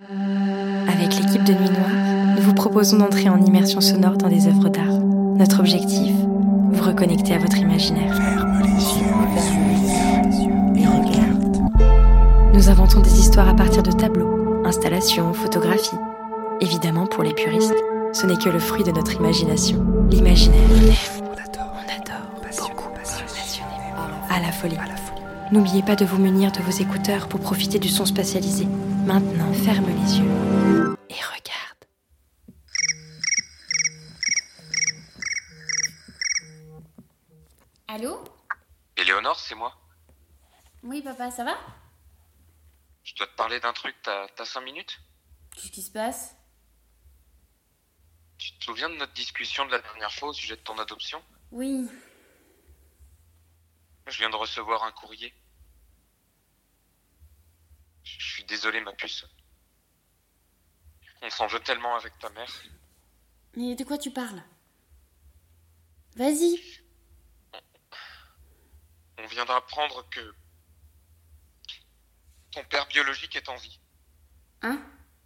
Avec l'équipe de Nuit Noire, nous vous proposons d'entrer en immersion sonore dans des œuvres d'art. Notre objectif, vous reconnecter à votre imaginaire. Ferme les yeux et regarde. Nous inventons des histoires à partir de tableaux, installations, photographies. Évidemment, pour les puristes, ce n'est que le fruit de notre imagination. L'imaginaire. On adore, passionnément, à la folie. N'oubliez pas de vous munir de vos écouteurs pour profiter du son spatialisé. Maintenant, ferme les yeux et regarde. Allô ? Éléonore, c'est moi. Oui, papa, ça va ? Je dois te parler d'un truc, t'as 5 minutes ? Qu'est-ce qui se passe ? Tu te souviens de notre discussion de la dernière fois au sujet de ton adoption ? Oui. Je viens de recevoir un courrier. Je suis désolé, ma puce. On s'en veut tellement avec ta mère. Mais de quoi tu parles ? Vas-y. On vient d'apprendre que ton père biologique est en vie. Hein ?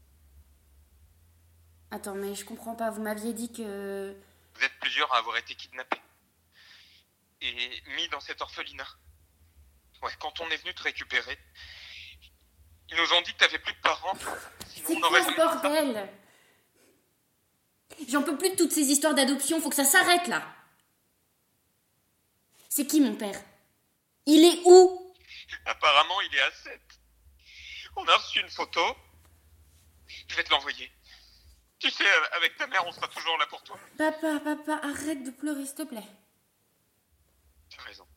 Attends, mais je comprends pas. Vous m'aviez dit que... Vous êtes plusieurs à avoir été kidnappés. Et mis dans cet orphelinat. Ouais, quand on est venu te récupérer, ils nous ont dit que t'avais plus de parents. Sinon, C'est on quoi aurait ce fait bordel ? J'en peux plus de toutes ces histoires d'adoption. Faut que ça s'arrête, là. C'est qui, mon père ? Il est où ? Apparemment, il est à 7. On a reçu une photo. Je vais te l'envoyer. Tu sais, avec ta mère, on sera toujours là pour toi. Papa, arrête de pleurer, s'il te plaît. Tu as raison.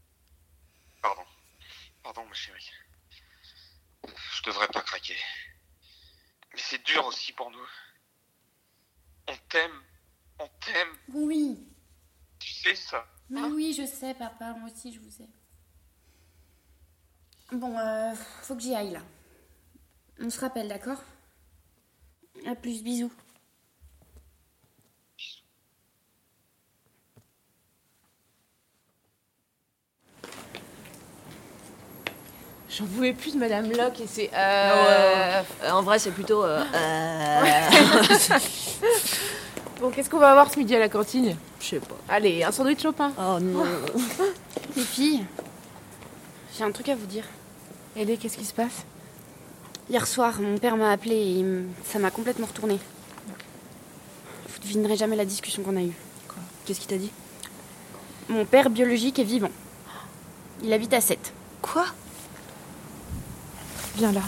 Pardon, ma chérie. Je devrais pas craquer. Mais c'est dur aussi pour nous. On t'aime. Oui. Tu sais ça. Mais oui, je sais, papa. Moi aussi, je vous aime. Bon, faut que j'y aille, là. On se rappelle, d'accord ? À plus, bisous. J'en pouvais plus de Madame Locke et c'est... En vrai, c'est plutôt... Bon, qu'est-ce qu'on va avoir ce midi à la cantine ? Je sais pas. Allez, un sandwich Chopin. Oh non. Les filles, j'ai un truc à vous dire. Ellie, qu'est-ce qui se passe ? Hier soir, mon père m'a appelé et ça m'a complètement retournée. Vous devinerez jamais la discussion qu'on a eue. Quoi ? Qu'est-ce qu'il t'a dit ? Mon père biologique est vivant. Il habite à 7. Quoi ? Viens là.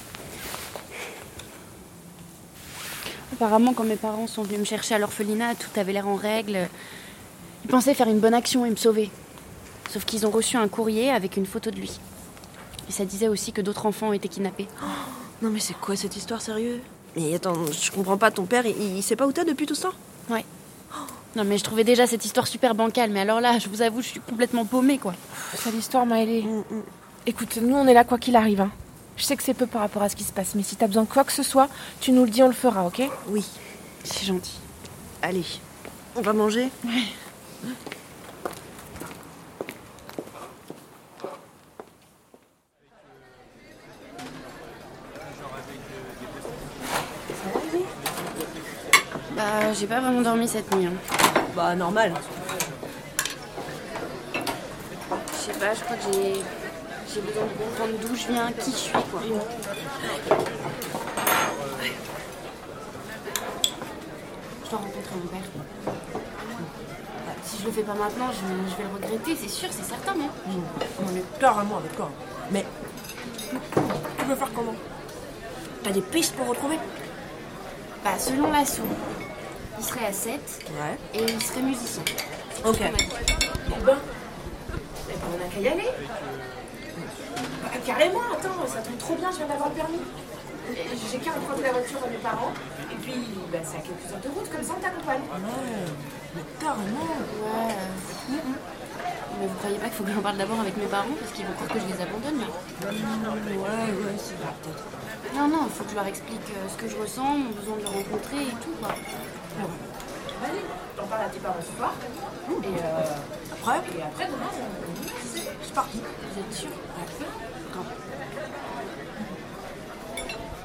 Apparemment, quand mes parents sont venus me chercher à l'orphelinat, tout avait l'air en règle. Ils pensaient faire une bonne action et me sauver. Sauf qu'ils ont reçu un courrier avec une photo de lui. Et ça disait aussi que d'autres enfants ont été kidnappés. Non mais c'est quoi cette histoire, sérieux ? Mais attends, je comprends pas, ton père, il sait pas où t'es depuis tout ce temps ? Ouais. Non mais je trouvais déjà cette histoire super bancale, mais alors là, je vous avoue, je suis complètement paumée, quoi. Sale histoire, Maëlée. Écoute, nous on est là quoi qu'il arrive, hein. Je sais que c'est peu par rapport à ce qui se passe, mais si t'as besoin de quoi que ce soit, tu nous le dis, on le fera, ok ? Oui. C'est gentil. Allez, on va manger ? Ouais. Bah, j'ai pas vraiment dormi cette nuit, hein. Bah, normal. Je sais pas, je crois que j'ai besoin de comprendre d'où je viens, qui je suis, quoi. Je dois rencontrer mon père. Si je le fais pas maintenant, je vais le regretter, c'est sûr, c'est certain, non ? On est carrément d'accord. Mais tu veux faire comment ? T'as des pistes pour retrouver ? Bah, selon l'assaut, il serait à 7 Ouais. et il serait musicien. Ok. Eh ben, on a qu'à y aller. Bah, carrément, attends, ça tombe trop bien, je viens d'avoir le permis. Et j'ai qu'à emprunter la voiture à mes parents, et puis bah, c'est à quelques heures de route, comme ça on t'accompagne. Ouais, mais carrément. Ouais. Mais vous croyez pas qu'il faut que j'en parle d'abord avec mes parents, parce qu'ils vont croire que je les abandonne, là ? Ouais, c'est vrai, peut-être. Non, il faut que je leur explique ce que je ressens, mon besoin de le rencontrer et tout, quoi. Allez, t'en parles à tes parents ce soir, et après demain, C'est parti. vous êtes sûrs ? Quand ?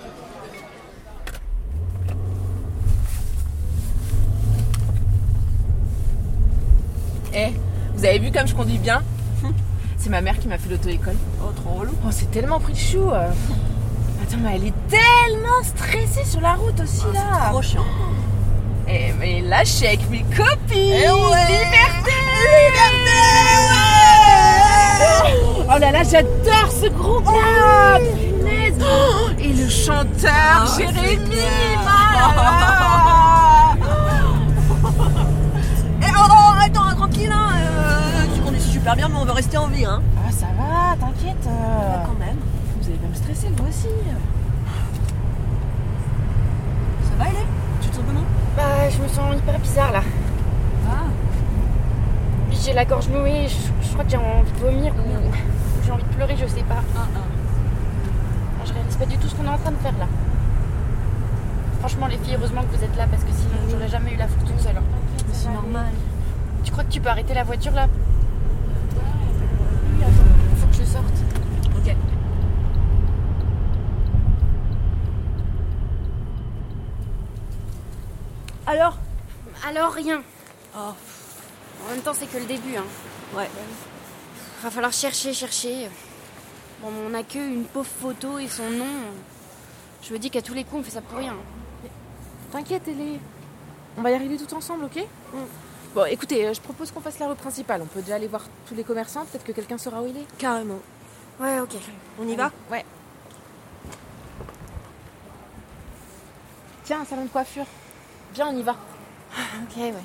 Vous avez vu comme je conduis bien? C'est ma mère qui m'a fait l'auto-école. Oh, trop relou. Oh, c'est tellement pris de chou. Attends, mais elle est tellement stressée sur la route aussi, là. C'est trop chiant. Et mais là, je suis avec mes copines. Liberté, ouais. Oh là là, j'adore ce groupe-là. Punaise. Oh, et le chanteur Jérémy. Attends, tranquille, hein. Tu conduis super bien, mais on veut rester en vie, hein. Ah, ça va, t'inquiète. Quand même. Vous allez pas me stresser, vous aussi. Ça va, Hélène? Tu te sens comment? Bah, je me sens hyper bizarre là. Ah. J'ai la gorge nouée, je crois que j'ai envie de vomir ou j'ai envie de pleurer, je sais pas. Je réalise pas du tout ce qu'on est en train de faire là. Franchement, les filles, heureusement que vous êtes là parce que sinon j'aurais jamais eu la foule toute seule. C'est normal. Tu crois que tu peux arrêter la voiture là? Oui, attends, faut que je sorte. Ok. Alors? Alors rien. Oh. En même temps, c'est que le début, hein. Ouais. Va falloir chercher. Bon, on a que une pauvre photo et son nom. Je me dis qu'à tous les coups, on fait ça pour rien. T'inquiète, Ellie. On va y arriver tout ensemble, ok? Bon, écoutez, je propose qu'on fasse la rue principale. On peut déjà aller voir tous les commerçants. Peut-être que quelqu'un saura où il est. Carrément. Ouais, ok. On y va? Ouais. Tiens, un salon de coiffure. Viens, on y va. Ok, ouais.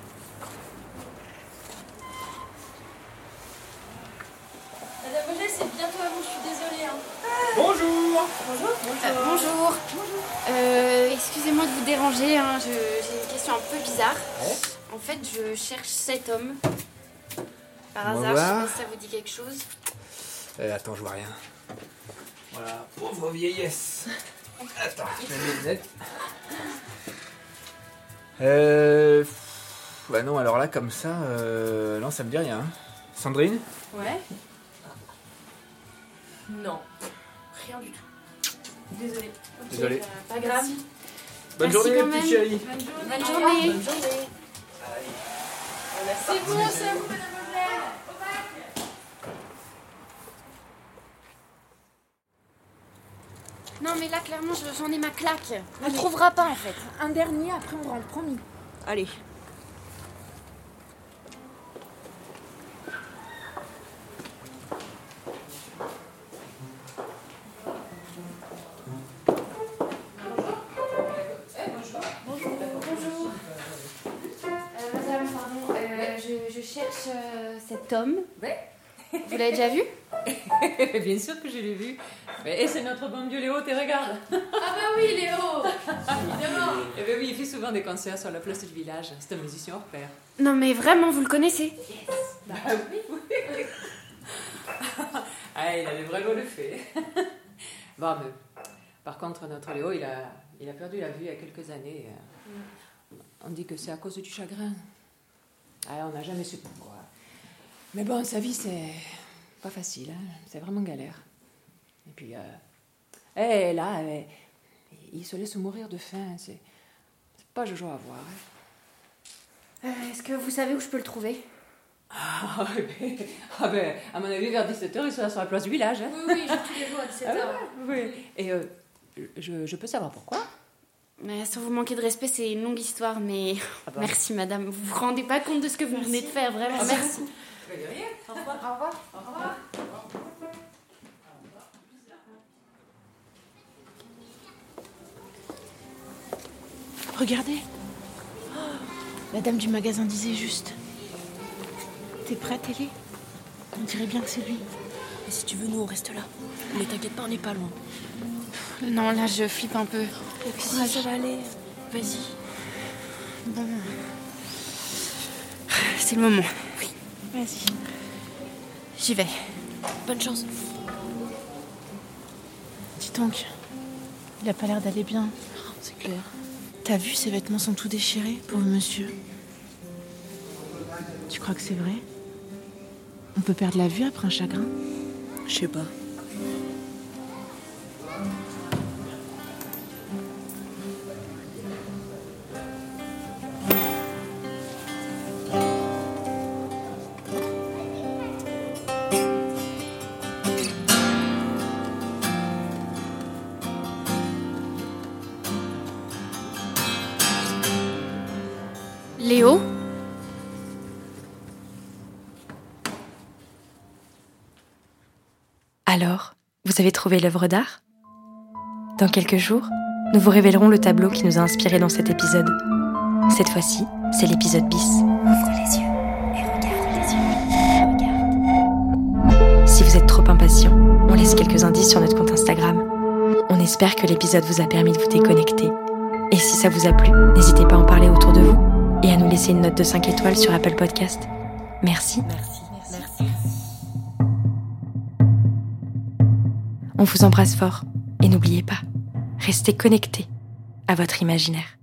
Madame Vogel, c'est bientôt à vous, je suis désolée. Hein. Bonjour. Bonjour. Excusez-moi de vous déranger, hein. J'ai une question un peu bizarre. Ouais. En fait, je cherche cet homme. Par On va hasard, voir. je sais pas si ça vous dit quelque chose. Attends, je vois rien. Voilà, pauvre vieillesse. Attends, je mets mes lunettes. Bah non, alors là, comme ça, non, ça me dit rien. Sandrine? Ouais. Non, rien du tout. Désolée. Désolé. Pas grave. Bonne Merci journée, quand petite même. chérie. Bonne journée. Bonne journée. C'est bon, c'est à vous, Madame Vogel. Non, mais là, clairement, j'en ai ma claque. On ne trouvera pas, en fait. Un dernier, après on rentre, promis. Allez. Madame, pardon, je cherche cet homme. Ouais. Vous l'avez déjà vu? Bien sûr que je l'ai vu. Et c'est notre bon vieux Léo, tu regardes. Ah bah oui, Léo. Évidemment. Eh bien oui, il fait souvent des concerts sur la place du village. C'est un musicien hors pair. Non, mais vraiment, vous le connaissez? Bah oui. Ah, il a des vrais mots de fait. Bon, mais par contre, notre Léo, il a perdu la vue il y a quelques années. On dit que c'est à cause du chagrin. Ah, on n'a jamais su pourquoi. Mais bon, sa vie, c'est pas facile. Hein. C'est vraiment galère. Et puis, là, il se laisse mourir de faim. C'est pas jojo à voir. Hein. Est-ce que vous savez où je peux le trouver? Ah ben, à mon avis, vers 17h, il sera sur la place du village. Hein. Oui, je tous les jours à 17h. Oui. Et je peux savoir pourquoi? Mais sans vous manquer de respect, c'est une longue histoire, mais merci madame. Vous vous rendez pas compte de ce que vous venez de faire, vraiment. Merci. Au revoir. Au revoir. Au revoir. Regardez. Oh, la dame du magasin disait juste. T'es prête, Ellie? On dirait bien que c'est lui. Et si tu veux, nous, on reste là. Mais t'inquiète pas, on n'est pas loin. Non, là, je flippe un peu. Si, ça va aller. Vas-y. Bon. C'est le moment. Oui. Vas-y. J'y vais. Bonne chance. Dis donc, il a pas l'air d'aller bien. C'est clair. T'as vu, ses vêtements sont tout déchirés, pauvre monsieur. Tu crois que c'est vrai? On peut perdre la vue après un chagrin? Je sais pas. Léo ? Alors, vous avez trouvé l'œuvre d'art ? Dans quelques jours, nous vous révélerons le tableau qui nous a inspiré dans cet épisode. Cette fois-ci, c'est l'épisode bis. Ouvre les yeux et regarde les yeux. Regarde. Si vous êtes trop impatient, on laisse quelques indices sur notre compte Instagram. On espère que l'épisode vous a permis de vous déconnecter. Et si ça vous a plu, n'hésitez pas à en parler autour de vous et à nous laisser une note de 5 étoiles sur Apple Podcast. Merci. On vous embrasse fort et n'oubliez pas, restez connectés à votre imaginaire.